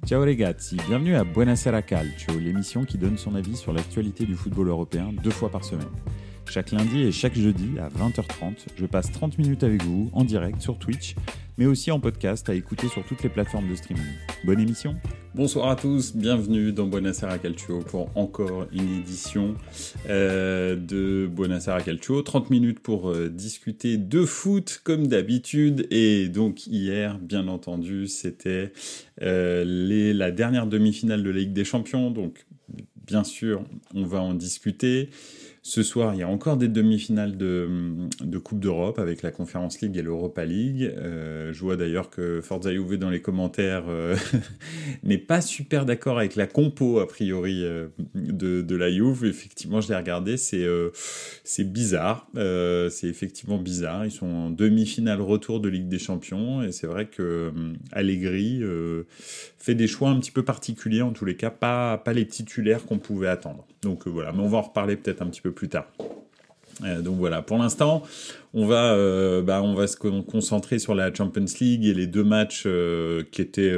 Ciao ragazzi, bienvenue à Buonasera Calcio, l'émission qui donne son avis sur l'actualité du football européen 2 fois par semaine. Chaque lundi et chaque jeudi à 20h30, je passe 30 minutes avec vous en direct sur Twitch, mais aussi en podcast à écouter sur toutes les plateformes de streaming. Bonne émission. Bonsoir à tous, bienvenue dans Buonasera Calcio pour encore une édition de Buonasera Calcio. 30 minutes pour discuter de foot comme d'habitude. Et donc hier, bien entendu, c'était la dernière demi-finale de la Ligue des Champions. Donc bien sûr, on va en discuter. Ce soir, il y a encore des demi-finales de Coupe d'Europe avec la Conference League et l'Europa League. Je vois d'ailleurs que Forza Juve dans les commentaires n'est pas super d'accord avec la compo, a priori, de la Juve. Effectivement, je l'ai regardé, c'est bizarre. C'est effectivement bizarre. Ils sont en demi-finale retour de Ligue des Champions. Et c'est vrai que Allegri fait des choix un petit peu particuliers, en tous les cas, pas les titulaires qu'on pouvait attendre. Donc voilà, mais on va en reparler peut-être un petit peu plus tard. Donc voilà, pour l'instant, on va se concentrer sur la Champions League et les deux matchs qui étaient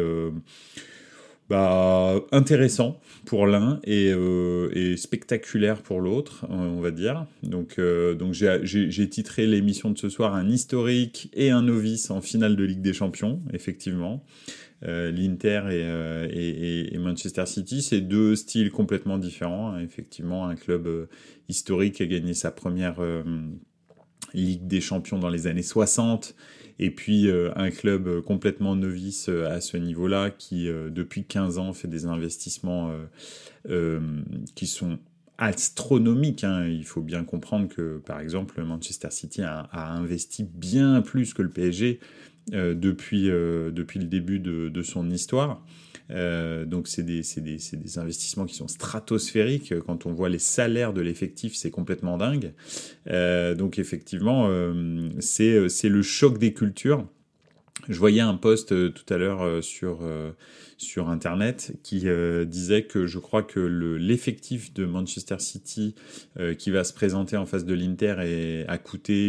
intéressants pour l'un et spectaculaires pour l'autre, on va dire. Donc j'ai titré l'émission de ce soir un historique et un novice en finale de Ligue des Champions, effectivement. L'Inter et Manchester City, c'est deux styles complètement différents. Hein. Effectivement, un club historique a gagné sa première Ligue des Champions dans les années 60, et puis un club complètement novice à ce niveau-là, qui depuis 15 ans fait des investissements qui sont astronomiques. Hein. Il faut bien comprendre que, par exemple, Manchester City a investi bien plus que le PSG depuis le début de son histoire. Donc c'est des investissements qui sont stratosphériques. Quand on voit les salaires de l'effectif, c'est complètement dingue. Donc effectivement, c'est le choc des cultures. Je voyais un post tout à l'heure sur Internet qui disait que je crois que l'effectif de Manchester City qui va se présenter en face de l'Inter a coûté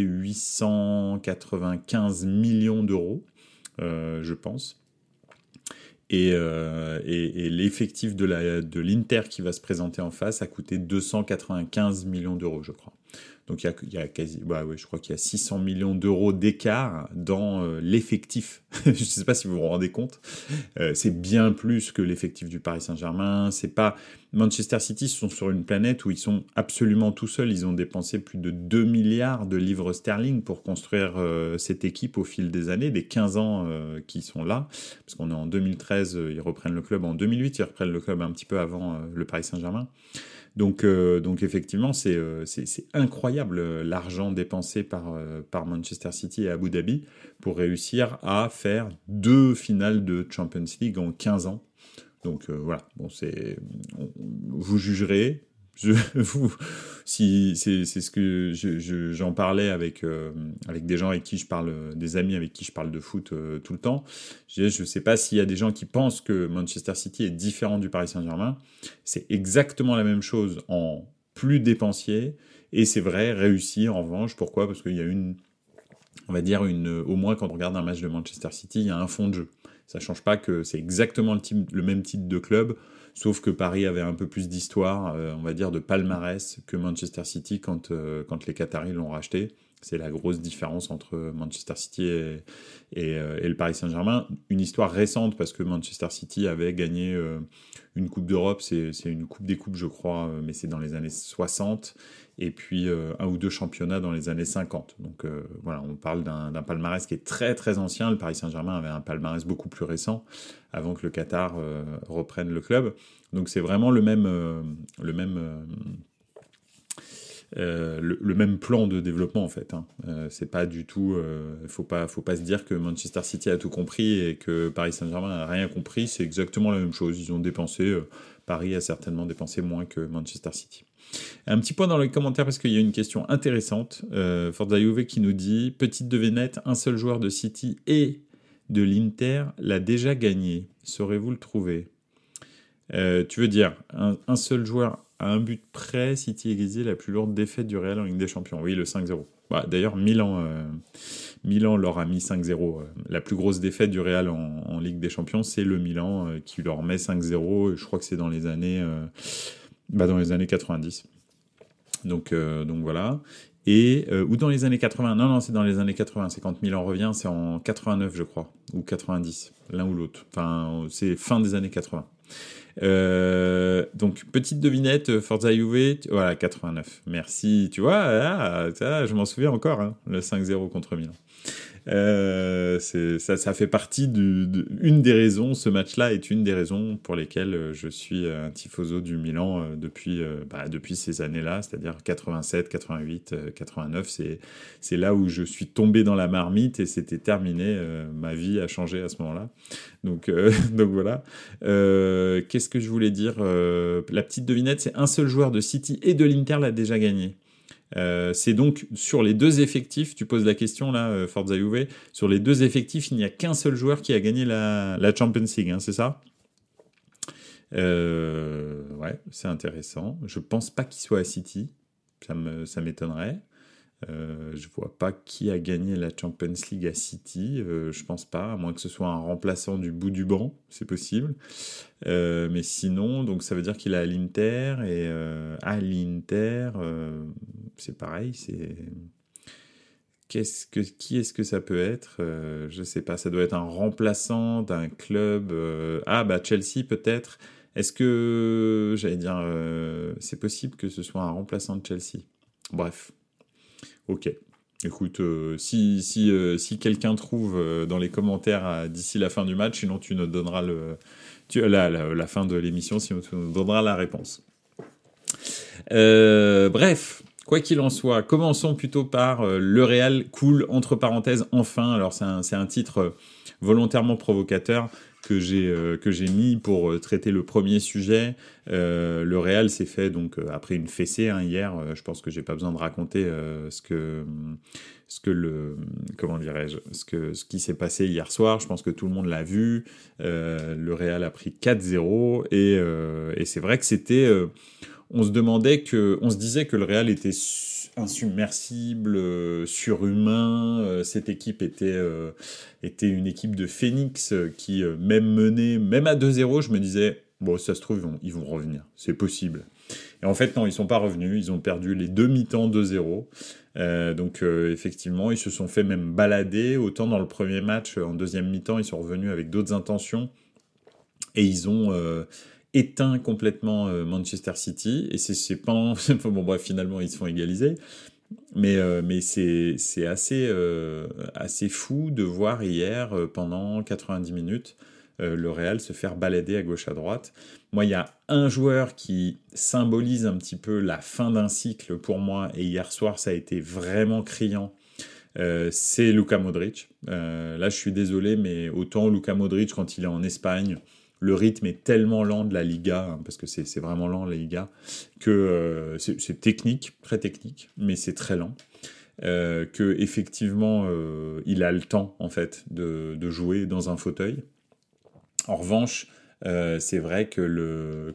895 millions d'euros, je pense. Et l'effectif de l'Inter qui va se présenter en face a coûté 295 millions d'euros, je crois. Donc il y a quasi, je crois qu'il y a 600 millions d'euros d'écart dans l'effectif. Je ne sais pas si vous vous rendez compte. C'est bien plus que l'effectif du Paris Saint-Germain. C'est pas Manchester City sont sur une planète où ils sont absolument tout seuls. Ils ont dépensé plus de 2 milliards de livres sterling pour construire cette équipe au fil des années, des 15 ans qui sont là. Parce qu'on est en 2013, ils reprennent le club. En 2008, ils reprennent le club un petit peu avant le Paris Saint-Germain. Donc effectivement, c'est incroyable l'argent dépensé par Manchester City et Abu Dhabi pour réussir à faire 2 finales de Champions League en 15 ans. Donc voilà, bon, vous jugerez. Si c'est ce que j'en parlais avec des gens avec qui je parle, des amis avec qui je parle de foot tout le temps. Je sais pas s'il y a des gens qui pensent que Manchester City est différent du Paris Saint-Germain. C'est exactement la même chose en plus dépensier, et c'est vrai, réussi en revanche. Pourquoi ? Parce qu'il y a au moins quand on regarde un match de Manchester City, il y a un fond de jeu. Ça change pas que c'est exactement le même type de club, sauf que Paris avait un peu plus d'histoire, on va dire de palmarès, que Manchester City quand les Qataris l'ont racheté. C'est la grosse différence entre Manchester City et le Paris Saint-Germain. Une histoire récente, parce que Manchester City avait gagné une Coupe d'Europe, c'est une Coupe des Coupes, je crois, mais c'est dans les années 60, et puis un ou deux championnats dans les années 50. Donc voilà, on parle d'un palmarès qui est très très ancien. Le Paris Saint-Germain avait un palmarès beaucoup plus récent, avant que le Qatar reprenne le club. Donc c'est vraiment le même plan de développement en fait. Hein. C'est pas du tout. Faut pas se dire que Manchester City a tout compris et que Paris Saint-Germain a rien compris. C'est exactement la même chose. Ils ont dépensé. Paris a certainement dépensé moins que Manchester City. Un petit point dans les commentaires parce qu'il y a une question intéressante. Forza Juve qui nous dit petite devinette, un seul joueur de City et de l'Inter l'a déjà gagné. Saurez-vous le trouver ? Tu veux dire un seul joueur à un but près, City égalisé la plus lourde défaite du Real en Ligue des Champions. Oui, le 5-0. D'ailleurs, Milan Milan leur a mis 5-0. La plus grosse défaite du Real en Ligue des Champions, c'est le Milan qui leur met 5-0. Et je crois que c'est dans les années 90. Donc voilà. Ou dans les années 80. Non, c'est dans les années 80. C'est quand Milan revient, c'est en 89, je crois. Ou 90. L'un ou l'autre. Enfin, c'est fin des années 80. Donc, petite devinette, Forza Juve. Voilà, 89. Merci. Tu vois, ça, je m'en souviens encore, hein, le 5-0 contre Milan. Ça fait partie une des raisons, ce match-là est une des raisons pour lesquelles je suis un tifoso du Milan depuis ces années-là, c'est-à-dire 87, 88, 89, c'est là où je suis tombé dans la marmite et c'était terminé, ma vie a changé à ce moment-là. Donc voilà. Qu'est-ce que je voulais dire, la petite devinette, c'est un seul joueur de City et de l'Inter l'a déjà gagné. C'est donc sur les deux effectifs, tu poses la question là, Forza Juve, sur les deux effectifs, il n'y a qu'un seul joueur qui a gagné la Champions League, hein, c'est ça ? Ouais, c'est intéressant. Je pense pas qu'il soit à City, ça m'étonnerait. Je vois pas qui a gagné la Champions League à City, je pense pas, à moins que ce soit un remplaçant du bout du banc, c'est possible. Mais sinon, donc ça veut dire qu'il est à l'Inter, et à l'Inter, c'est pareil, qui est-ce que ça peut être ? Je sais pas, ça doit être un remplaçant d'un club, Chelsea peut-être. Est-ce que, j'allais dire, c'est possible que ce soit un remplaçant de Chelsea ? Bref. Ok. Écoute, si quelqu'un trouve dans les commentaires d'ici la fin du match, sinon tu nous donneras la fin de l'émission, sinon tu nous donneras la réponse. Bref, quoi qu'il en soit, commençons plutôt par le Real coule, entre parenthèses, enfin. Alors c'est un titre volontairement provocateur que j'ai mis pour traiter le premier sujet. Le Real s'est fait donc après une fessée hier. Je pense que j'ai pas besoin de raconter ce qui s'est passé hier soir. Je pense que tout le monde l'a vu. Le Real a pris 4-0 et c'est vrai que c'était. On se disait que le Real était insubmersible, surhumain. Cette équipe était une équipe de phénix qui, même menée, même à 2-0, je me disais, bon, ça se trouve, ils vont revenir. C'est possible. Et en fait, non, ils sont pas revenus. Ils ont perdu les deux mi-temps 2-0. Donc, effectivement, ils se sont fait même balader. Autant dans le premier match, en deuxième mi-temps, ils sont revenus avec d'autres intentions. Et ils ont éteint complètement Manchester City. Et c'est pendant... bon, bref, finalement, ils se font égaliser. Mais c'est assez fou de voir hier, pendant 90 minutes, le Real se faire balader à gauche à droite. Moi, il y a un joueur qui symbolise un petit peu la fin d'un cycle pour moi, et hier soir, ça a été vraiment criant. C'est Luka Modric. Là, je suis désolé, mais autant Luka Modric, quand il est en Espagne, le rythme est tellement lent de la Liga, hein, parce que c'est vraiment lent la Liga, que c'est technique, très technique, mais c'est très lent. Que effectivement, il a le temps en fait de jouer dans un fauteuil. En revanche, c'est vrai que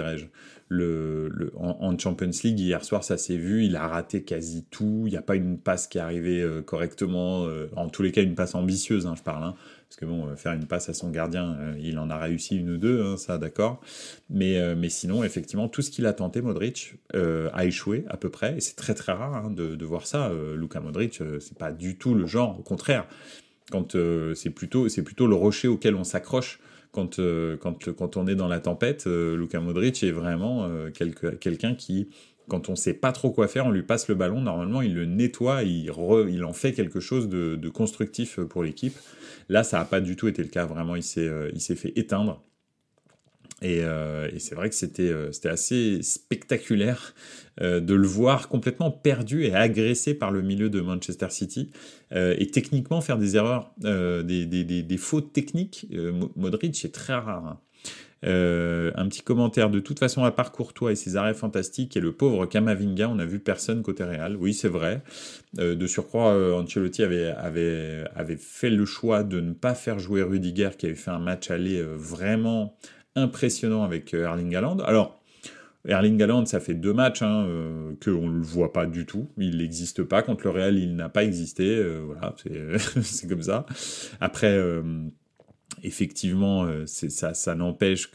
en Champions League hier soir, ça s'est vu, il a raté quasi tout. Il n'y a pas une passe qui est arrivée correctement. En tous les cas, une passe ambitieuse, hein, je parle. Hein, parce que bon, faire une passe à son gardien, il en a réussi une ou deux, hein, ça, d'accord. Mais sinon, effectivement, tout ce qu'il a tenté, Modric, a échoué à peu près. Et c'est très très rare, hein, de voir ça. Luka Modric, c'est pas du tout le genre. Au contraire, quand c'est plutôt le rocher auquel on s'accroche. Quand on est dans la tempête, Luka Modric est vraiment quelqu'un qui, quand on sait pas trop quoi faire, on lui passe le ballon, normalement il le nettoie, il en fait quelque chose de constructif pour l'équipe. Là, ça n'a pas du tout été le cas, vraiment, il s'est fait éteindre. Et c'est vrai que c'était assez spectaculaire de le voir complètement perdu et agressé par le milieu de Manchester City, et techniquement faire des erreurs, des fautes techniques. Modric, c'est très rare. Hein. Un petit commentaire, de toute façon, à part Courtois et ses arrêts fantastiques et le pauvre Camavinga, on n'a vu personne côté Real. Oui, c'est vrai. De surcroît, Ancelotti avait fait le choix de ne pas faire jouer Rudiger, qui avait fait un match aller vraiment impressionnant avec Erling Haaland. Alors, Erling Haaland, ça fait 2 matchs qu'on ne le voit pas du tout. Il n'existe pas. Contre le Real, il n'a pas existé. Voilà, c'est comme ça. Après, effectivement, ça n'empêche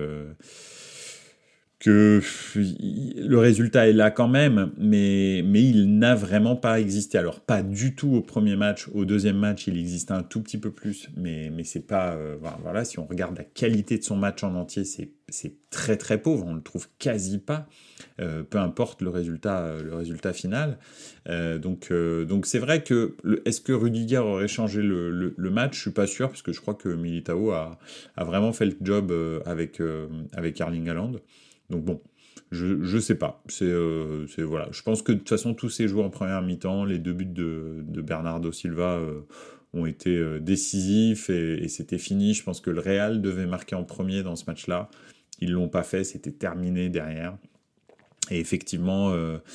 que le résultat est là quand même, mais il n'a vraiment pas existé. Alors, pas du tout au premier match. Au deuxième match, il existe un tout petit peu plus, mais c'est pas... voilà, si on regarde la qualité de son match en entier, c'est très très pauvre. On le trouve quasi pas, peu importe le résultat final. Donc c'est vrai que... Est-ce que Rudiger aurait changé le match ? Je suis pas sûr, parce que je crois que Militao a vraiment fait le job avec Erling Haaland. Donc bon, je sais pas. Voilà. Je pense que de toute façon, tous ces joueurs en première mi-temps, les 2 buts de Bernardo Silva ont été décisifs et c'était fini. Je pense que le Real devait marquer en premier dans ce match-là. Ils l'ont pas fait, c'était terminé derrière. Et effectivement,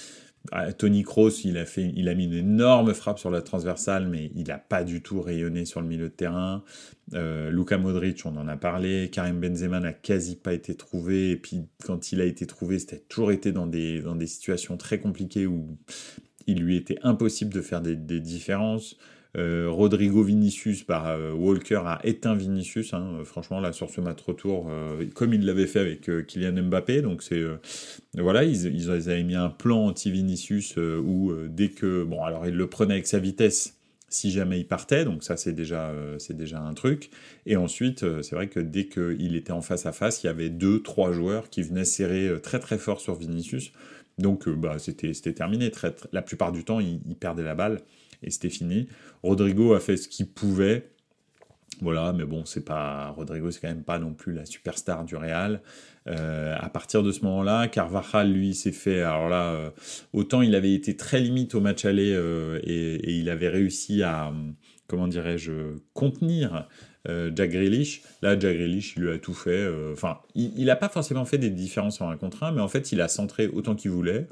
Toni Kroos, il a mis une énorme frappe sur la transversale, mais il n'a pas du tout rayonné sur le milieu de terrain. Luka Modric, on en a parlé. Karim Benzema n'a quasi pas été trouvé. Et puis, quand il a été trouvé, c'était toujours été dans des situations très compliquées où il lui était impossible de faire des différences. Rodrigo Vinicius, Walker a éteint Vinicius, franchement là sur ce match retour, comme il l'avait fait avec Kylian Mbappé. Donc voilà, ils avaient mis un plan anti-Vinicius où dès que alors il le prenait avec sa vitesse si jamais il partait, donc ça c'est déjà un truc. Et ensuite c'est vrai que dès qu'il était en face à face, il y avait 2-3 joueurs qui venaient serrer très très fort sur Vinicius. Donc c'était terminé. La plupart du temps il perdait la balle. Et c'était fini. Rodrigo a fait ce qu'il pouvait. Voilà, mais bon, Rodrigo, c'est quand même pas non plus la superstar du Real. À partir de ce moment-là, Carvajal, lui, s'est fait... Alors là, autant il avait été très limite au match aller et il avait réussi à, comment dirais-je, contenir Jack Grealish. Là, Jack Grealish, il lui a tout fait. Il n'a pas forcément fait des différences en 1 contre 1, mais en fait, il a centré autant qu'il voulait.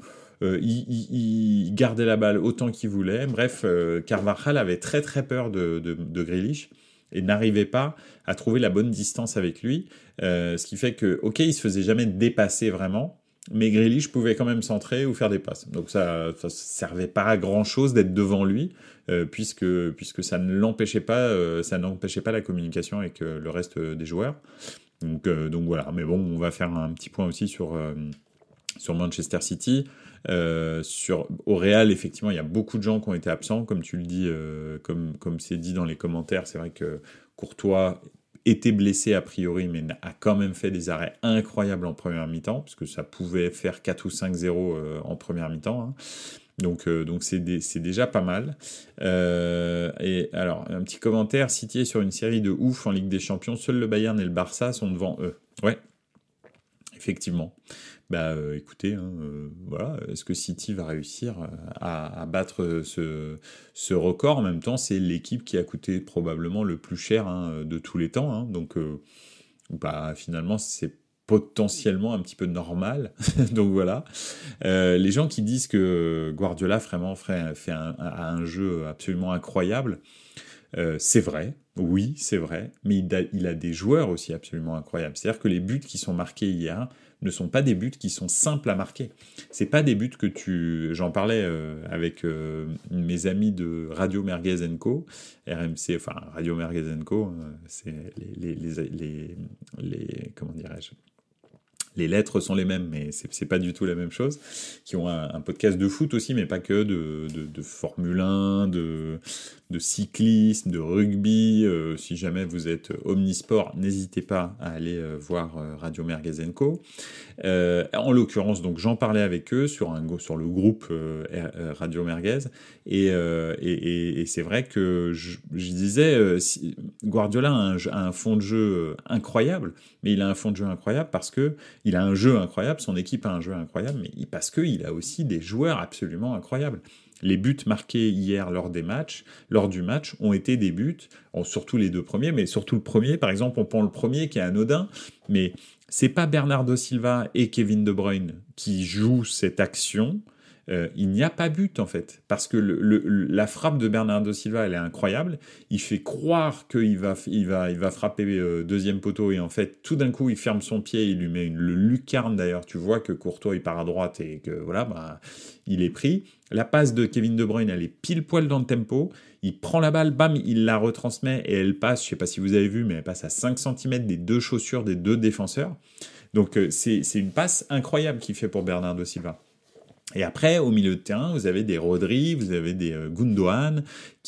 Il gardait la balle autant qu'il voulait. Bref, Carvajal avait très très peur de Grealish et n'arrivait pas à trouver la bonne distance avec lui. Ce qui fait que, ok, il se faisait jamais dépasser vraiment, mais Grealish pouvait quand même centrer ou faire des passes. Donc ça servait pas à grand chose d'être devant lui, puisque ça ne l'empêchait pas, la communication avec le reste des joueurs. Donc voilà. Mais bon, on va faire un petit point aussi sur Manchester City. Au Real, effectivement, il y a beaucoup de gens qui ont été absents, comme tu le dis, comme c'est dit dans les commentaires. C'est vrai que Courtois était blessé a priori, mais a quand même fait des arrêts incroyables en première mi-temps, parce que ça pouvait faire 4 ou 5-0 en première mi-temps. Donc c'est déjà pas mal. Et alors, un petit commentaire. City est sur une série de ouf en Ligue des Champions. Seuls le Bayern et le Barça sont devant eux. Ouais, effectivement. Écoutez, voilà, est-ce que City va réussir à battre ce record ? En même temps, c'est l'équipe qui a coûté probablement le plus cher de tous les temps. Donc, finalement, c'est potentiellement un petit peu normal. Donc voilà. Les gens qui disent que Guardiola vraiment fait un jeu absolument incroyable, c'est vrai. Oui, c'est vrai. Mais il a des joueurs aussi absolument incroyables. C'est-à-dire que les buts qui sont marqués hier ne sont pas des buts qui sont simples à marquer. C'est pas des buts que j'en parlais avec mes amis de Radio Merguez & Co, RMC, enfin Radio Merguez & Co, c'est les comment dirais-je, les lettres sont les mêmes, mais c'est pas du tout la même chose, qui ont un podcast de foot aussi, mais pas que, de Formule 1, de cyclisme, de rugby. Si jamais vous êtes omnisport, n'hésitez pas à aller voir Radio Merguez & Co. En l'occurrence, donc j'en parlais avec eux sur le groupe Radio Merguez, et c'est vrai que je disais, Guardiola a un fond de jeu incroyable, mais il a un fond de jeu incroyable parce que il a un jeu incroyable, son équipe a un jeu incroyable, mais parce qu'il a aussi des joueurs absolument incroyables. Les buts marqués hier lors du match, ont été des buts, surtout les 2 premiers, mais surtout le premier, par exemple, on prend le premier qui est anodin, mais c'est pas Bernardo Silva et Kevin De Bruyne qui jouent cette action, il n'y a pas but en fait, parce que la frappe de Bernardo Silva, elle est incroyable. Il fait croire qu'il va frapper deuxième poteau et en fait, tout d'un coup, il ferme son pied, il lui met le lucarne d'ailleurs. Tu vois que Courtois il part à droite et que voilà, il est pris. La passe de Kevin De Bruyne, elle est pile poil dans le tempo. Il prend la balle, bam, il la retransmet et elle passe. Je sais pas si vous avez vu, mais elle passe à 5 cm des deux chaussures des deux défenseurs. Donc c'est une passe incroyable qu'il fait pour Bernardo Silva. Et après, au milieu de terrain, vous avez des Rodri, vous avez des Gundogan,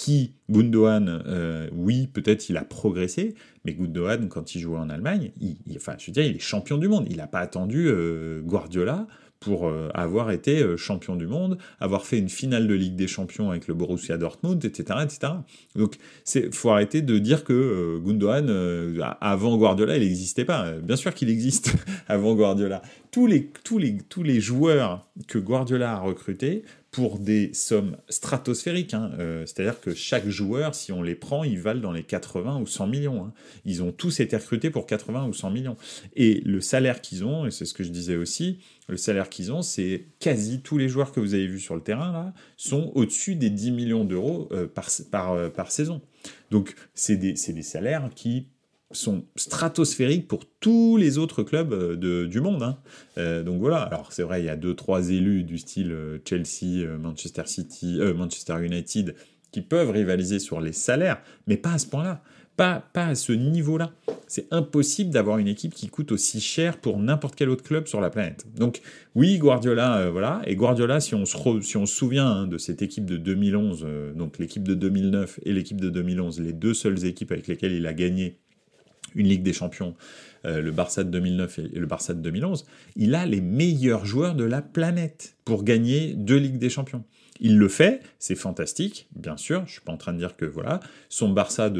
oui, peut-être il a progressé, mais Gundogan, quand il jouait en Allemagne, enfin, je veux dire, il est champion du monde. Il n'a pas attendu Guardiola pour avoir été champion du monde, avoir fait une finale de Ligue des Champions avec le Borussia Dortmund, etc., etc. Donc, faut arrêter de dire que Gundogan, avant Guardiola, il n'existait pas. Bien sûr qu'il existe avant Guardiola. Tous les joueurs que Guardiola a recrutés pour des sommes stratosphériques, c'est-à-dire que chaque joueur, si on les prend, ils valent dans les 80 ou 100 millions. Hein. Ils ont tous été recrutés pour 80 ou 100 millions. Et le salaire qu'ils ont, et c'est ce que je disais aussi, le salaire qu'ils ont, c'est quasi tous les joueurs que vous avez vus sur le terrain, là, sont au-dessus des 10 millions d'euros par saison. Donc, c'est des salaires qui sont stratosphériques pour tous les autres clubs du monde. Hein. Donc voilà, alors c'est vrai, il y a 2-3 élus du style Chelsea, Manchester City, Manchester United qui peuvent rivaliser sur les salaires, mais pas à ce point-là, pas à ce niveau-là. C'est impossible d'avoir une équipe qui coûte aussi cher pour n'importe quel autre club sur la planète. Donc oui, Guardiola, voilà, et Guardiola, si on se souvient de cette équipe de 2011, donc l'équipe de 2009 et l'équipe de 2011, les deux seules équipes avec lesquelles il a gagné une Ligue des Champions, le Barça de 2009 et le Barça de 2011, il a les meilleurs joueurs de la planète pour gagner 2 Ligues des Champions. Il le fait, c'est fantastique, bien sûr, je suis pas en train de dire que voilà, son Barça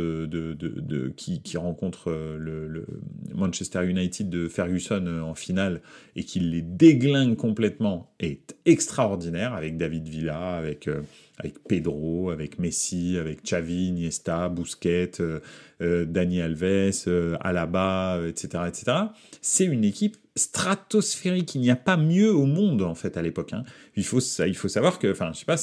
qui rencontre le Manchester United de Ferguson en finale et qui les déglingue complètement est extraordinaire, avec David Villa, avec Pedro, avec Messi, avec Xavi, Iniesta, Busquets, Dani Alves, Alaba, etc., etc. C'est une équipe stratosphérique. Il n'y a pas mieux au monde, en fait, à l'époque. Hein. Il faut savoir que, enfin, je sais pas,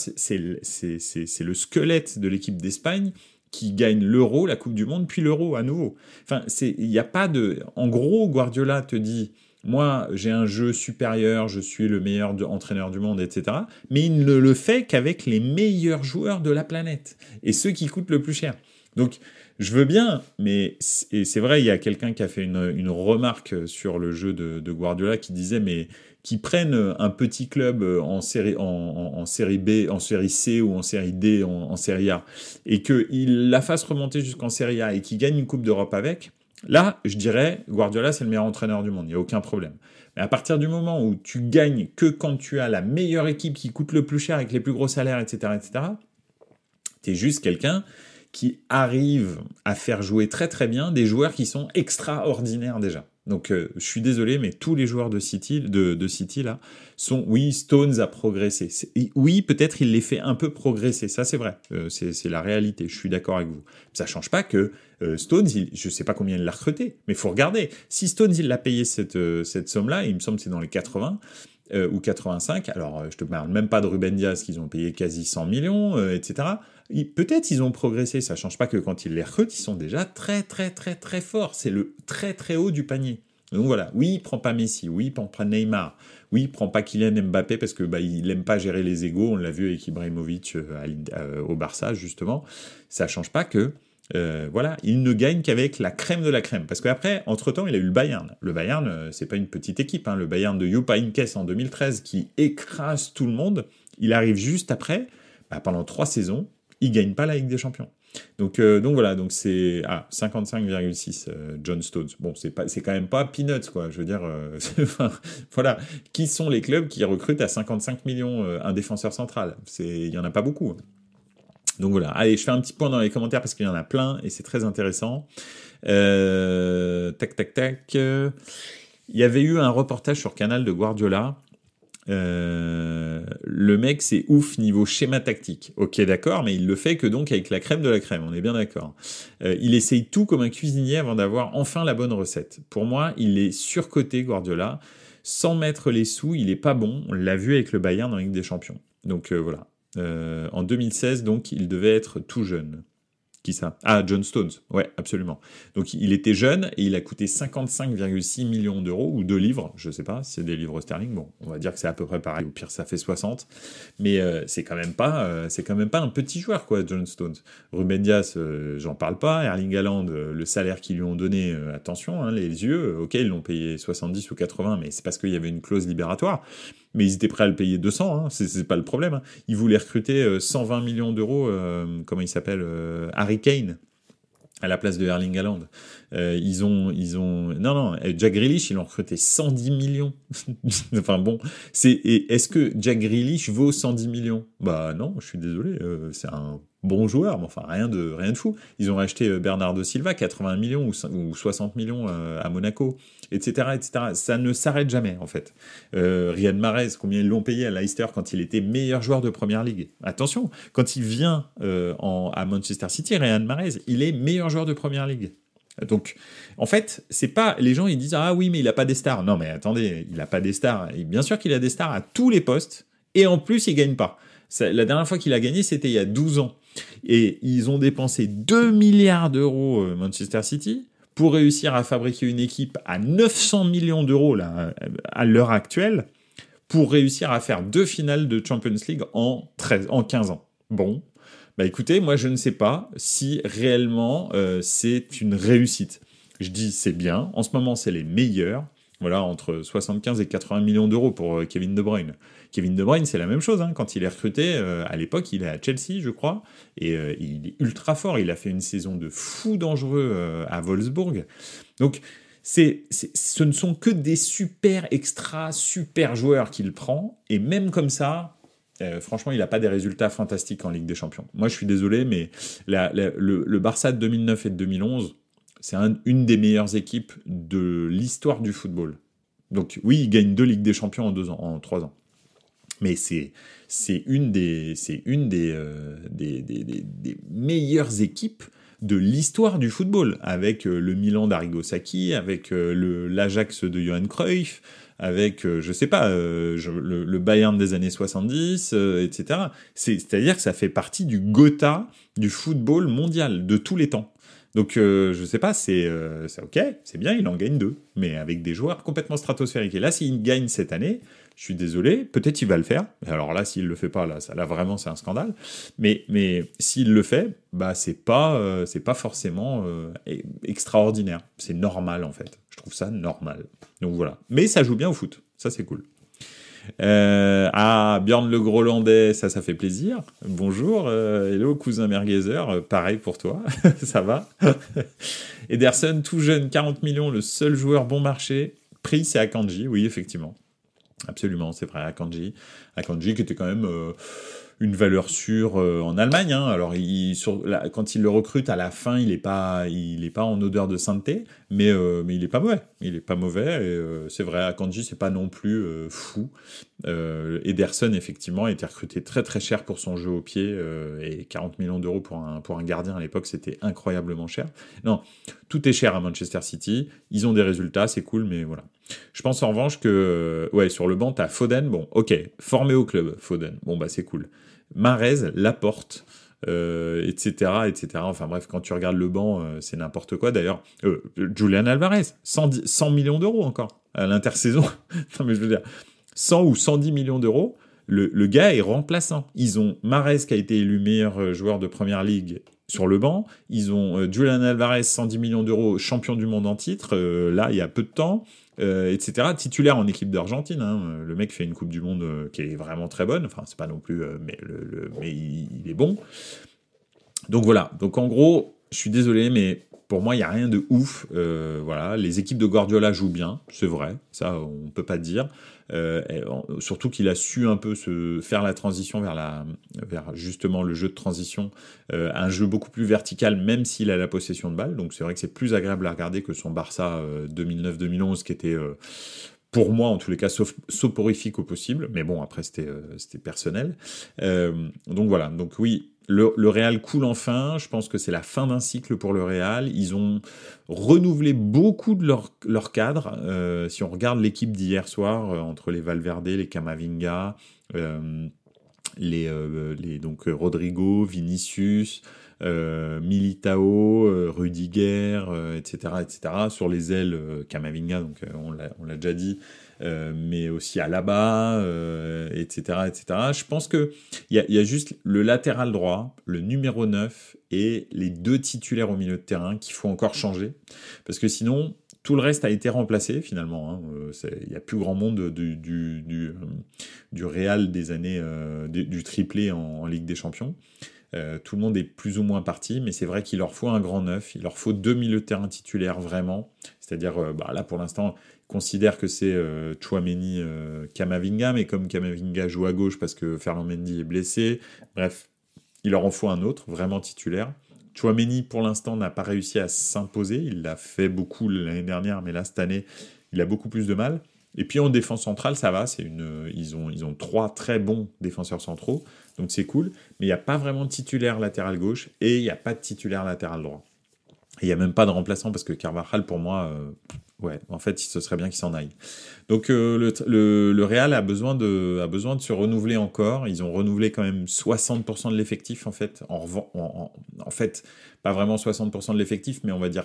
c'est le squelette de l'équipe d'Espagne qui gagne l'Euro, la Coupe du Monde, puis l'Euro à nouveau. Enfin, il n'y a pas de... En gros, Guardiola te dit... Moi, j'ai un jeu supérieur, je suis le meilleur entraîneur du monde, etc. Mais il ne le fait qu'avec les meilleurs joueurs de la planète. Et ceux qui coûtent le plus cher. Donc, je veux bien, mais c'est vrai, il y a quelqu'un qui a fait une remarque sur le jeu de Guardiola qui disait, mais qui prennent un petit club en série B, en série C ou en série D, en série A, et qu'il la fasse remonter jusqu'en série A et qu'il gagne une Coupe d'Europe avec... Là, je dirais, Guardiola, c'est le meilleur entraîneur du monde, il n'y a aucun problème. Mais à partir du moment où tu gagnes que quand tu as la meilleure équipe qui coûte le plus cher avec les plus gros salaires, etc., t'es juste quelqu'un qui arrive à faire jouer très très bien des joueurs qui sont extraordinaires déjà. Donc je suis désolé, mais tous les joueurs de City là sont, oui, Stones a progressé. Oui, peut-être il les fait un peu progresser, ça c'est vrai, c'est la réalité, je suis d'accord avec vous. Ça change pas que Stones, je sais pas combien il l'a recruté, mais il faut regarder. Si Stones il l'a payé cette somme-là, il me semble que c'est dans les 80 ou 85, alors je te parle même pas de Ruben Dias qu'ils ont payé quasi 100 millions, etc. Peut-être ils ont progressé, ça change pas que quand ils les recrutent, ils sont déjà très très très très forts, c'est le très très haut du panier. Donc voilà, oui, il prend pas Messi, oui, il prend pas Neymar, oui, il prend pas Kylian Mbappé parce que il aime pas gérer les égos, on l'a vu avec Ibrahimovic au Barça justement. Ça change pas que voilà, il ne gagne qu'avec la crème de la crème. Parce qu'après, entre-temps, il a eu le Bayern. Le Bayern, c'est pas une petite équipe. Hein. Le Bayern de Jupp Heynckes en 2013 qui écrase tout le monde. Il arrive juste après, pendant 3 saisons, il gagne pas la Ligue des Champions. Donc voilà, donc c'est 55,6 John Stones. Bon, c'est quand même pas peanuts quoi. Je veux dire, voilà, qui sont les clubs qui recrutent à 55 millions un défenseur central? Il y en a pas beaucoup. Hein. Donc voilà, allez, je fais un petit point dans les commentaires parce qu'il y en a plein et c'est très intéressant. Tac. Il y avait eu un reportage sur Canal de Guardiola Le mec, c'est ouf niveau schéma tactique. Ok, d'accord, mais il le fait que donc avec la crème de la crème, on est bien d'accord. Il essaye tout comme un cuisinier avant d'avoir enfin la bonne recette. Pour moi, il est surcoté, Guardiola. Sans mettre les sous, il est pas bon. On l'a vu avec le Bayern en Ligue des Champions. Donc voilà. En 2016, donc, il devait être tout jeune. Qui ça? Ah, John Stones. Ouais, absolument. Donc, il était jeune et il a coûté 55,6 millions d'euros ou 2 livres. Je sais pas si c'est des livres sterling. Bon, on va dire que c'est à peu près pareil. Au pire, ça fait 60. Mais c'est quand même pas un petit joueur, quoi, John Stones. Ruben Dias, j'en parle pas. Erling Haaland, le salaire qu'ils lui ont donné, attention, hein, les yeux. Ok, ils l'ont payé 70 ou 80, mais c'est parce qu'il y avait une clause libératoire. Mais ils étaient prêts à le payer 200, hein, c'est pas le problème. Hein. Ils voulaient recruter 120 millions d'euros, comment il s'appelle, Harry Kane, à la place de Erling Haaland. Non, Jack Grealish, ils l'ont recruté 110 millions. Enfin bon, est-ce que Jack Grealish vaut 110 millions? Bah non, je suis désolé, c'est un bon joueur, mais enfin rien de fou. Ils ont racheté Bernardo Silva, 80 millions ou 60 millions à Monaco, etc., etc. Ça ne s'arrête jamais, en fait. Riyad Mahrez, combien ils l'ont payé à Leicester quand il était meilleur joueur de Première Ligue? Attention, quand il vient à Manchester City, Riyad Mahrez, il est meilleur joueur de Première Ligue. Donc, en fait, c'est pas les gens ils disent ah oui mais il a pas des stars. Non mais attendez, il a pas des stars. Et bien sûr qu'il a des stars à tous les postes et en plus il gagne pas. La dernière fois qu'il a gagné c'était il y a 12 ans et ils ont dépensé 2 milliards d'euros Manchester City pour réussir à fabriquer une équipe à 900 millions d'euros là à l'heure actuelle pour réussir à faire 2 finales de Champions League en 15 ans. Bon. Bah écoutez, moi je ne sais pas si réellement c'est une réussite. Je dis c'est bien, en ce moment c'est les meilleurs, voilà, entre 75 et 80 millions d'euros pour Kevin De Bruyne. Kevin De Bruyne c'est la même chose, hein. Quand il est recruté, à l'époque il est à Chelsea je crois, et il est ultra fort, il a fait une saison de fou dangereux à Wolfsburg. Donc ce ne sont que des super joueurs qu'il prend, et même comme ça... franchement, il n'a pas des résultats fantastiques en Ligue des Champions. Moi, je suis désolé, mais le Barça de 2009 et de 2011, c'est une des meilleures équipes de l'histoire du football. Donc oui, il gagne 2 Ligues des Champions en 3 ans. Mais c'est une des meilleures équipes de l'histoire du football, avec le Milan d'Arrigo Sacchi, avec l'Ajax de Johan Cruyff, avec, je sais pas, le Bayern des années 70, etc. C'est-à-dire que ça fait partie du Gotha du football mondial, de tous les temps. Donc, je sais pas, c'est ok, c'est bien, il en gagne 2, mais avec des joueurs complètement stratosphériques. Et là, s'il gagne cette année, je suis désolé, peut-être il va le faire. Alors là, s'il le fait pas, là vraiment, c'est un scandale. Mais s'il le fait, bah c'est pas forcément extraordinaire. C'est normal en fait. Je trouve ça normal. Donc voilà. Mais ça joue bien au foot. Ça c'est cool. Björn le Grolandais, ça fait plaisir. Bonjour, hello cousin Merguezer, pareil pour toi, ça va. Ederson, tout jeune, 40 millions, le seul joueur bon marché. Prix, c'est Akanji, oui effectivement. Absolument, c'est vrai, Akanji qui était quand même une valeur sûre en Allemagne. Hein. Alors, quand il le recrute à la fin, il est pas en odeur de sainteté, mais il est pas mauvais. Il est pas mauvais. Et, c'est vrai, Akanji, c'est pas non plus fou. Ederson, effectivement, a été recruté très très cher pour son jeu au pied et 40 millions d'euros pour un gardien à l'époque, c'était incroyablement cher. Non, tout est cher à Manchester City. Ils ont des résultats, c'est cool, mais voilà. Je pense en revanche que sur le banc, t'as Foden, bon, ok, formé au club, Foden, bon bah c'est cool. Mahrez, Laporte, etc., etc. Enfin bref, quand tu regardes le banc, c'est n'importe quoi. D'ailleurs, Julian Alvarez, 100 millions d'euros encore à l'intersaison. Non mais je veux dire, 100 ou 110 millions d'euros, le gars est remplaçant. Ils ont Mahrez qui a été élu meilleur joueur de Première Ligue sur le banc. Ils ont Julian Alvarez, 110 millions d'euros, champion du monde en titre, là, il y a peu de temps. Etc. Titulaire en équipe d'Argentine. Hein. Le mec fait une Coupe du Monde qui est vraiment très bonne. Enfin, c'est pas non plus... mais il est bon. Donc voilà. Donc en gros, je suis désolé, mais pour moi, il n'y a rien de ouf. Voilà. Les équipes de Guardiola jouent bien. C'est vrai. Ça, on peut pas dire. Surtout qu'il a su un peu faire la transition vers justement le jeu de transition, un jeu beaucoup plus vertical même s'il a la possession de balle, donc c'est vrai que c'est plus agréable à regarder que son Barça 2009-2011 qui était pour moi, en tous les cas, soporifique au possible. Mais bon, après, c'était personnel. Donc voilà. Donc oui, le Real coule enfin. Je pense que c'est la fin d'un cycle pour le Real. Ils ont renouvelé beaucoup de leur cadre. Si on regarde l'équipe d'hier soir, entre les Valverde, les Camavinga, donc Rodrigo, Vinicius, Militao, Rudiger, etc. Sur les ailes, Camavinga, donc on l'a déjà dit, mais aussi Alaba, etc. Je pense que il y a juste le latéral droit, le numéro 9 et les deux titulaires au milieu de terrain qu'il faut encore changer, parce que sinon tout le reste a été remplacé finalement. Hein. Il n'y a plus grand monde du Real des années du triplé en Ligue des Champions. Tout le monde est plus ou moins parti, mais c'est vrai qu'il leur faut un grand neuf, il leur faut deux milieux de terrain titulaires vraiment. C'est-à-dire, là pour l'instant, ils considèrent que c'est Tchouaméni, Camavinga, mais comme Camavinga joue à gauche parce que Ferland Mendy est blessé, bref, il leur en faut un autre, vraiment titulaire. Tchouaméni, pour l'instant, n'a pas réussi à s'imposer. Il l'a fait beaucoup l'année dernière, mais là, cette année, il a beaucoup plus de mal. Et puis en défense centrale, ça va. Ils ont trois très bons défenseurs centraux, donc c'est cool. Mais il n'y a pas vraiment de titulaire latéral gauche et il n'y a pas de titulaire latéral droit. Et il n'y a même pas de remplaçant parce que Carvajal, pour moi, en fait, ce serait bien qu'il s'en aille. Donc le Real a besoin de se renouveler encore. Ils ont renouvelé quand même 60% de l'effectif en fait. En fait, pas vraiment 60% de l'effectif, mais on va dire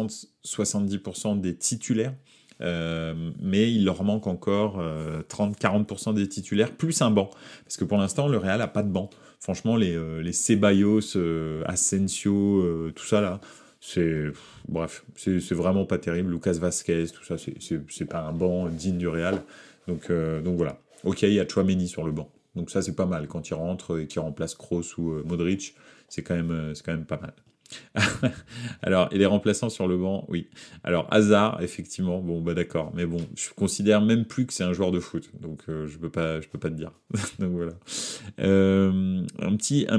60-70% des titulaires. Mais il leur manque encore 30-40% des titulaires, plus un banc. Parce que pour l'instant, le Real n'a pas de banc. Franchement, les Ceballos, Asensio, tout ça là, c'est vraiment pas terrible. Lucas Vazquez, tout ça, c'est pas un banc digne du Real. Donc voilà. Ok, il y a Tchouaméni sur le banc. Donc ça, c'est pas mal. Quand il rentre et qu'il remplace Kroos ou Modric, c'est quand même pas mal. Alors, et les remplaçants sur le banc, oui. Alors, Hazard, effectivement, bon, bah d'accord. Mais bon, je considère même plus que c'est un joueur de foot. Donc, je peux pas te dire. Donc, voilà. Un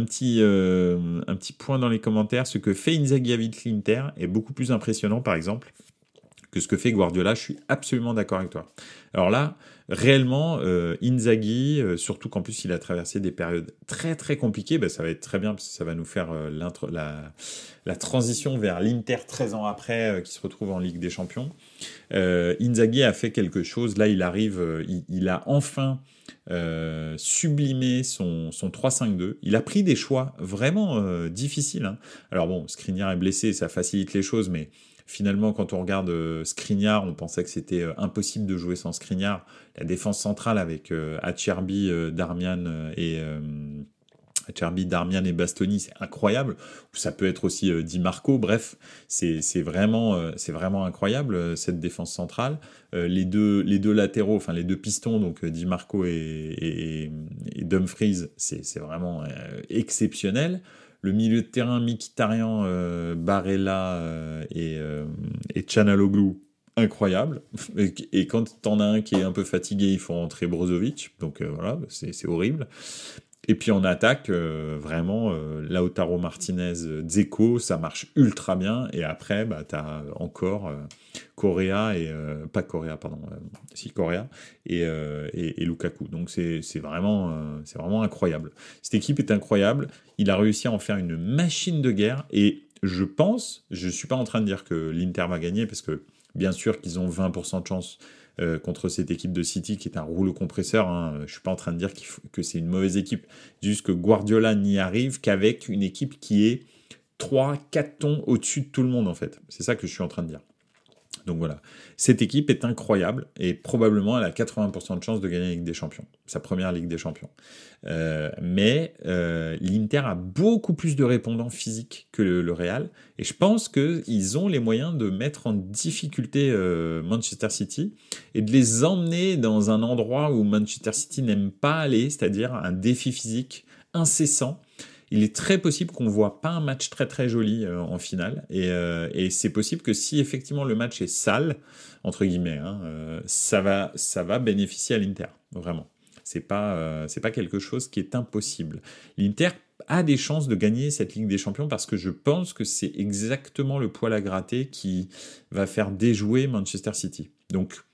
petit point dans les commentaires. Ce que fait Inzaghi avec l'Inter est beaucoup plus impressionnant, par exemple, que ce que fait Guardiola. Je suis absolument d'accord avec toi. Alors là, réellement, Inzaghi, surtout qu'en plus il a traversé des périodes très très compliquées, ça va être très bien parce que ça va nous faire la transition vers l'Inter 13 ans après qui se retrouve en Ligue des Champions. Inzaghi a fait quelque chose, là il arrive, il a enfin sublimé son 3-5-2. Il a pris des choix vraiment difficiles. Hein. Alors bon, Skriniar est blessé, ça facilite les choses, mais finalement, quand on regarde Skriniar, on pensait que c'était impossible de jouer sans Skriniar. La défense centrale avec Acerbi, Darmian et Bastoni, c'est incroyable. Ça peut être aussi Di Marco. Bref, c'est vraiment incroyable cette défense centrale. Les deux latéraux, enfin les deux pistons, donc Di Marco et Dumfries, c'est vraiment exceptionnel. Le milieu de terrain, Mkhitaryan, Barella et Çalhanoğlu, incroyable. Et quand t'en as un qui est un peu fatigué, il faut rentrer Brozovic. Donc voilà, c'est horrible. Et puis en attaque, vraiment, Lautaro Martinez, Dzeko, ça marche ultra bien. Et après, t'as encore Correa et... pas Correa, pardon. Correa et Lukaku. Donc c'est vraiment incroyable. Cette équipe est incroyable. Il a réussi à en faire une machine de guerre. Et je suis pas en train de dire que l'Inter va gagner, parce que bien sûr qu'ils ont 20% de chance contre cette équipe de City qui est un rouleau compresseur. Hein. Je suis pas en train de dire que c'est une mauvaise équipe. Juste que Guardiola n'y arrive qu'avec une équipe qui est 3-4 tons au-dessus de tout le monde, en fait. C'est ça que je suis en train de dire. Donc voilà, cette équipe est incroyable et probablement elle a 80% de chances de gagner la Ligue des Champions, sa première Ligue des Champions. Mais l'Inter a beaucoup plus de répondants physiques que le Real, et je pense qu'ils ont les moyens de mettre en difficulté Manchester City et de les emmener dans un endroit où Manchester City n'aime pas aller, c'est-à-dire un défi physique incessant. Il est très possible qu'on ne voit pas un match très très joli en finale, et c'est possible que si effectivement le match est sale, entre guillemets, ça va bénéficier à l'Inter, vraiment. C'est pas quelque chose qui est impossible. L'Inter a des chances de gagner cette Ligue des Champions parce que je pense que c'est exactement le poil à gratter qui va faire déjouer Manchester City. Donc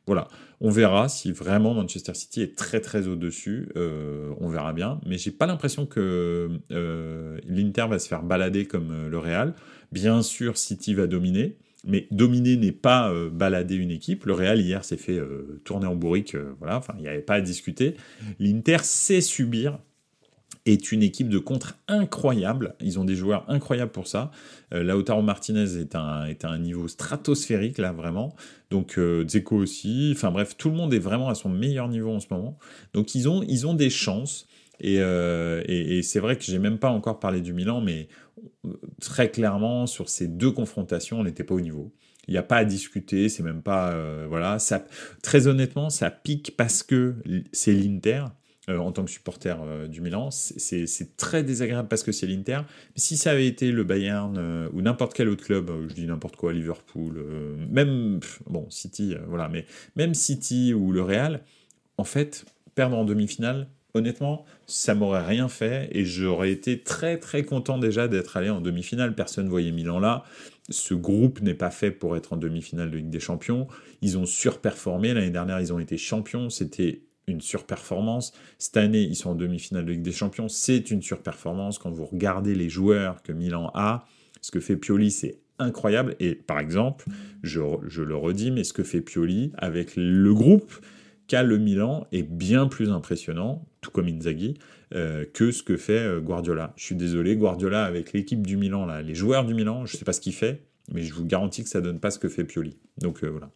Voilà, on verra si vraiment Manchester City est très très au-dessus, on verra bien, mais j'ai pas l'impression que l'Inter va se faire balader comme le Real. Bien sûr, City va dominer, mais dominer n'est pas balader une équipe. Le Real hier s'est fait tourner en bourrique, voilà, enfin il n'y avait pas à discuter. L'Inter sait subir, est une équipe de contre incroyable. Ils ont des joueurs incroyables pour ça. Lautaro Martinez est à un niveau stratosphérique, là, vraiment. Donc, Dzeko aussi. Enfin, bref, tout le monde est vraiment à son meilleur niveau en ce moment. Donc, ils ont des chances. Et c'est vrai que j'ai même pas encore parlé du Milan, mais très clairement, sur ces deux confrontations, on n'était pas au niveau. Il n'y a pas à discuter, c'est même pas... voilà, ça, très honnêtement, ça pique parce que c'est l'Inter. En tant que supporter du Milan, c'est très désagréable parce que c'est l'Inter. Mais si ça avait été le Bayern ou n'importe quel autre club, je dis n'importe quoi, Liverpool, même bon City, voilà, mais même City ou le Real, en fait, perdre en demi-finale, honnêtement, ça m'aurait rien fait et j'aurais été très très content déjà d'être allé en demi-finale. Personne voyait Milan là. Ce groupe n'est pas fait pour être en demi-finale de Ligue des Champions. Ils ont surperformé. L'année dernière, ils ont été champions. C'était une surperformance. Cette année, ils sont en demi-finale de Ligue des Champions. C'est une surperformance. Quand vous regardez les joueurs que Milan a, ce que fait Pioli, c'est incroyable. Et par exemple, je le redis, mais ce que fait Pioli avec le groupe qu'a le Milan est bien plus impressionnant, tout comme Inzaghi, que ce que fait Guardiola. Je suis désolé, Guardiola avec l'équipe du Milan, là, les joueurs du Milan, je ne sais pas ce qu'il fait, mais je vous garantis que ça ne donne pas ce que fait Pioli. Donc voilà.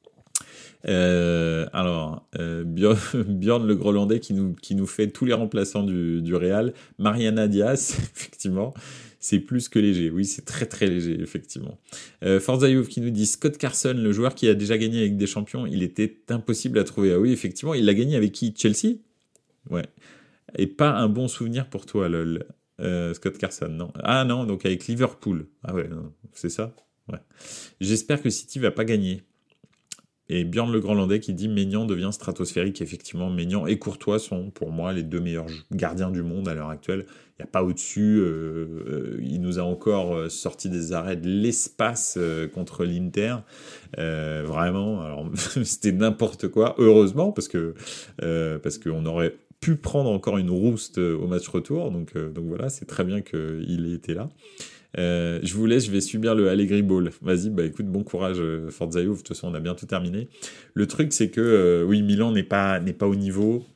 Bjorn le Grolandais qui nous fait tous les remplaçants du Real. Mariana Diaz, effectivement, c'est plus que léger. Oui, c'est très très léger, effectivement. Forza Youth qui nous dit Scott Carson, le joueur qui a déjà gagné avec des champions, il était impossible à trouver. Ah oui, effectivement, il l'a gagné avec qui? Chelsea? Ouais. Et pas un bon souvenir pour toi, lol. Scott Carson, non. Ah non, donc avec Liverpool. Ah ouais, non, c'est ça? Ouais. J'espère que City va pas gagner. Et Bjorn le Grolandais qui dit Maignan devient stratosphérique. Effectivement, Maignan et Courtois sont pour moi les deux meilleurs gardiens du monde à l'heure actuelle. Il n'y a pas au-dessus. Il nous a encore sorti des arrêts de l'espace contre l'Inter. Vraiment, alors, c'était n'importe quoi. Heureusement, parce qu'on aurait pu prendre encore une rouste au match retour. Donc voilà, c'est très bien qu'il ait été là. Je vous laisse, je vais subir le Allegri Ball. Vas-y, bah écoute, bon courage, Forza Juve. De toute façon, on a bientôt terminé. Le truc, c'est que oui, Milan n'est pas au niveau.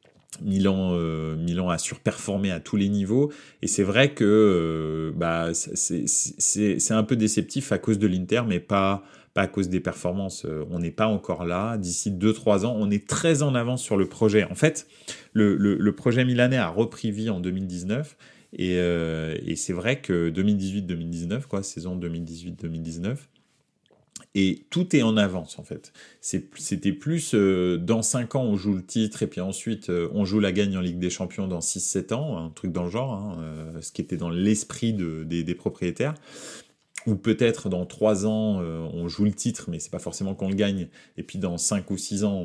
Milan a surperformé à tous les niveaux. Et c'est vrai que c'est un peu déceptif à cause de l'Inter, mais pas à cause des performances. On n'est pas encore là. D'ici 2-3 ans, on est très en avance sur le projet. En fait, le projet milanais a repris vie en 2019. Et c'est vrai que 2018-2019, quoi, saison 2018-2019, et tout est en avance en fait. C'était plus dans 5 ans on joue le titre et puis ensuite on joue la gagne en Ligue des Champions dans 6-7 ans, un truc dans le genre, hein, ce qui était dans l'esprit des propriétaires. Ou peut-être dans 3 ans, on joue le titre, mais c'est pas forcément qu'on le gagne. Et puis dans 5 ou 6 ans,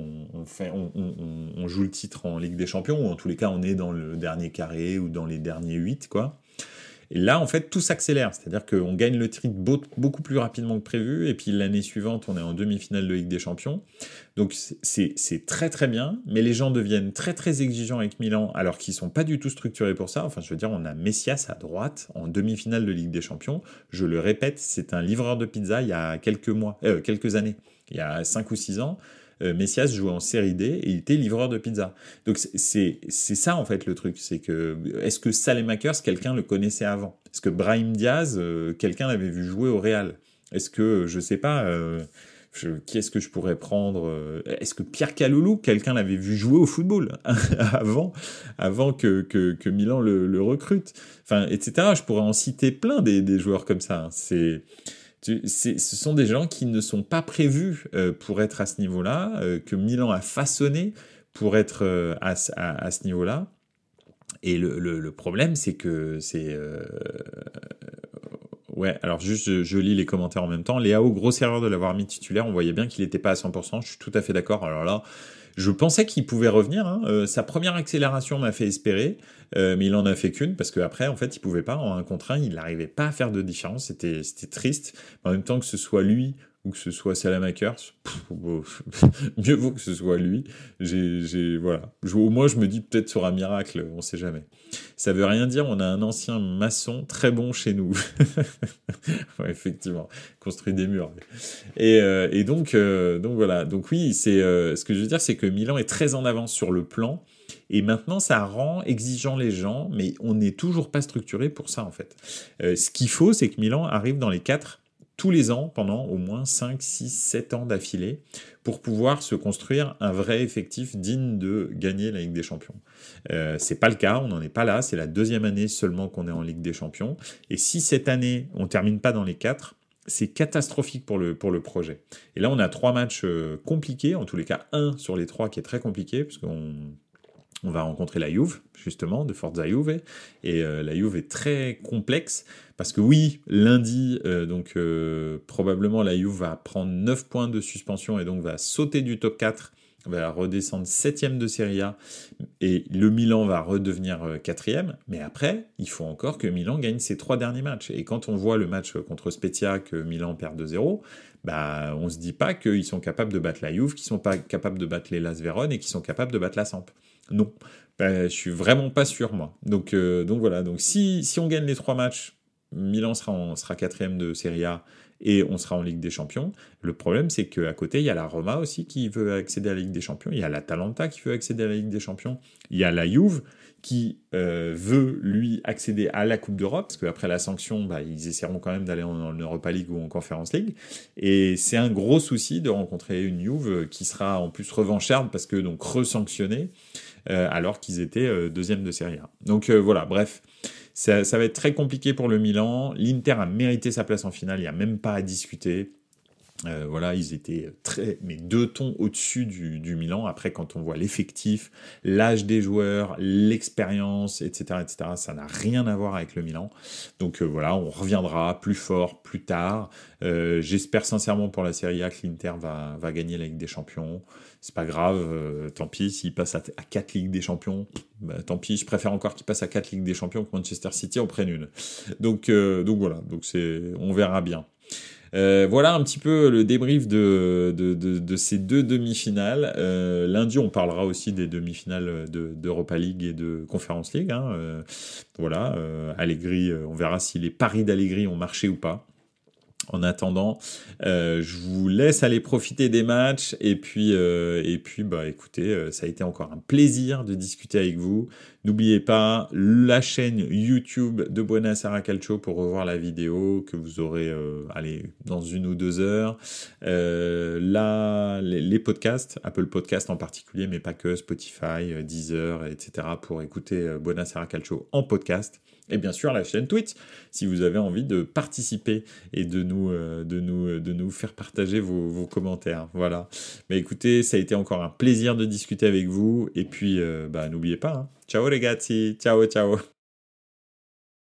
on joue le titre en Ligue des Champions, ou en tous les cas, on est dans le dernier carré ou dans les derniers 8, quoi. Et là, en fait, tout s'accélère. C'est-à-dire qu'on gagne le titre beaucoup plus rapidement que prévu. Et puis l'année suivante, on est en demi-finale de Ligue des Champions. Donc c'est très très bien. Mais les gens deviennent très très exigeants avec Milan alors qu'ils sont pas du tout structurés pour ça. Enfin, je veux dire, on a Messias à droite en demi-finale de Ligue des Champions. Je le répète, c'est un livreur de pizza il y a quelques années. Il y a 5 ou 6 ans. Messias jouait en série D et il était livreur de pizza. Donc c'est ça en fait le truc, c'est que est-ce que Salemackers, quelqu'un le connaissait avant? Est-ce que Brahim Diaz, quelqu'un l'avait vu jouer au Real? Est-ce que, je sais pas, qui est-ce que je pourrais prendre? Est-ce que Pierre Kaloulou, quelqu'un l'avait vu jouer au football avant que Milan le recrute? Enfin, etc. Je pourrais en citer plein des joueurs comme ça. Hein. Ce sont des gens qui ne sont pas prévus pour être à ce niveau-là, que Milan a façonné pour être à ce niveau-là. Et le problème, c'est que c'est... Ouais, alors juste, je lis les commentaires en même temps. Léao, grosse erreur de l'avoir mis titulaire. On voyait bien qu'il n'était pas à 100%. Je suis tout à fait d'accord. Alors là, je pensais qu'il pouvait revenir. Hein. Sa première accélération m'a fait espérer, mais il en a fait qu'une parce qu'après, en fait, il pouvait pas. En 1 contre 1, il n'arrivait pas à faire de différence. C'était triste. Mais en même temps, que ce soit lui ou que ce soit Salamakers, mieux vaut que ce soit lui. Voilà. Au moins, je me dis peut-être sur un miracle, on sait jamais. Ça veut rien dire, on a un ancien maçon très bon chez nous. Ouais, effectivement, construit des murs. Et donc voilà. Donc oui, ce que je veux dire, c'est que Milan est très en avance sur le plan. Et maintenant, ça rend exigeant les gens, mais on n'est toujours pas structuré pour ça, en fait. Ce qu'il faut, c'est que Milan arrive dans les 4 tous les ans, pendant au moins 5, 6, 7 ans d'affilée, pour pouvoir se construire un vrai effectif digne de gagner la Ligue des Champions. C'est pas le cas, on n'en est pas là, c'est la 2e année seulement qu'on est en Ligue des Champions. Et si cette année, on termine pas dans les 4, c'est catastrophique pour le projet. Et là, on a 3 matchs compliqués, en tous les cas, un sur les 3 qui est très compliqué, puisqu'on va rencontrer la Juve, justement, de Forza Juve, et la Juve est très complexe, parce que oui, lundi, probablement la Juve va prendre 9 points de suspension, et donc va sauter du top 4, va redescendre 7e de Serie A, et le Milan va redevenir 4e, mais après, il faut encore que Milan gagne ses 3 derniers matchs, et quand on voit le match contre Spezia, que Milan perd 2-0, on se dit pas qu'ils sont capables de battre la Juve, qu'ils sont pas capables de battre les Las Vérone, et qu'ils sont capables de battre la Samp. Non, je suis vraiment pas sûr, moi. Donc voilà, donc si on gagne les 3 matchs, Milan sera 4e de Serie A et on sera en Ligue des Champions. Le problème, c'est qu'à côté, il y a la Roma aussi qui veut accéder à la Ligue des Champions, il y a l'Atalanta qui veut accéder à la Ligue des Champions, il y a la Juve qui veut, lui, accéder à la Coupe d'Europe, parce qu'après la sanction, ils essaieront quand même d'aller en Europa League ou en Conference League. Et c'est un gros souci de rencontrer une Juve qui sera en plus revancharde, parce que donc resanctionnée, alors qu'ils étaient 2e de Serie A. Donc voilà, bref, ça va être très compliqué pour le Milan. L'Inter a mérité sa place en finale, il n'y a même pas à discuter. Voilà, ils étaient mais 2 tons au-dessus du Milan. Après, quand on voit l'effectif, l'âge des joueurs, l'expérience, etc., ça n'a rien à voir avec le Milan. Donc voilà, on reviendra plus fort, plus tard. J'espère sincèrement pour la Serie A que l'Inter va gagner la Ligue des Champions. C'est pas grave, tant pis, s'il passe à 4 Ligues des Champions, tant pis, je préfère encore qu'il passe à 4 Ligues des Champions que Manchester City en prenne une. Donc voilà, on verra bien. Voilà un petit peu le débrief de ces 2 demi-finales. Lundi, on parlera aussi des demi-finales d'Europa League et de Conference League. Voilà, Allegri, on verra si les paris d'Allegri ont marché ou pas. En attendant, je vous laisse aller profiter des matchs et puis écoutez, ça a été encore un plaisir de discuter avec vous. N'oubliez pas la chaîne YouTube de Buonasera Calcio pour revoir la vidéo que vous aurez dans 1 ou 2 heures. Les podcasts, Apple Podcast en particulier, mais pas que, Spotify, Deezer, etc. pour écouter Buonasera Calcio en podcast. Et bien sûr la chaîne Twitch, si vous avez envie de participer et de nous faire partager vos commentaires. Voilà. Mais écoutez, ça a été encore un plaisir de discuter avec vous. Et puis, n'oubliez pas, ciao les gars, ciao ciao.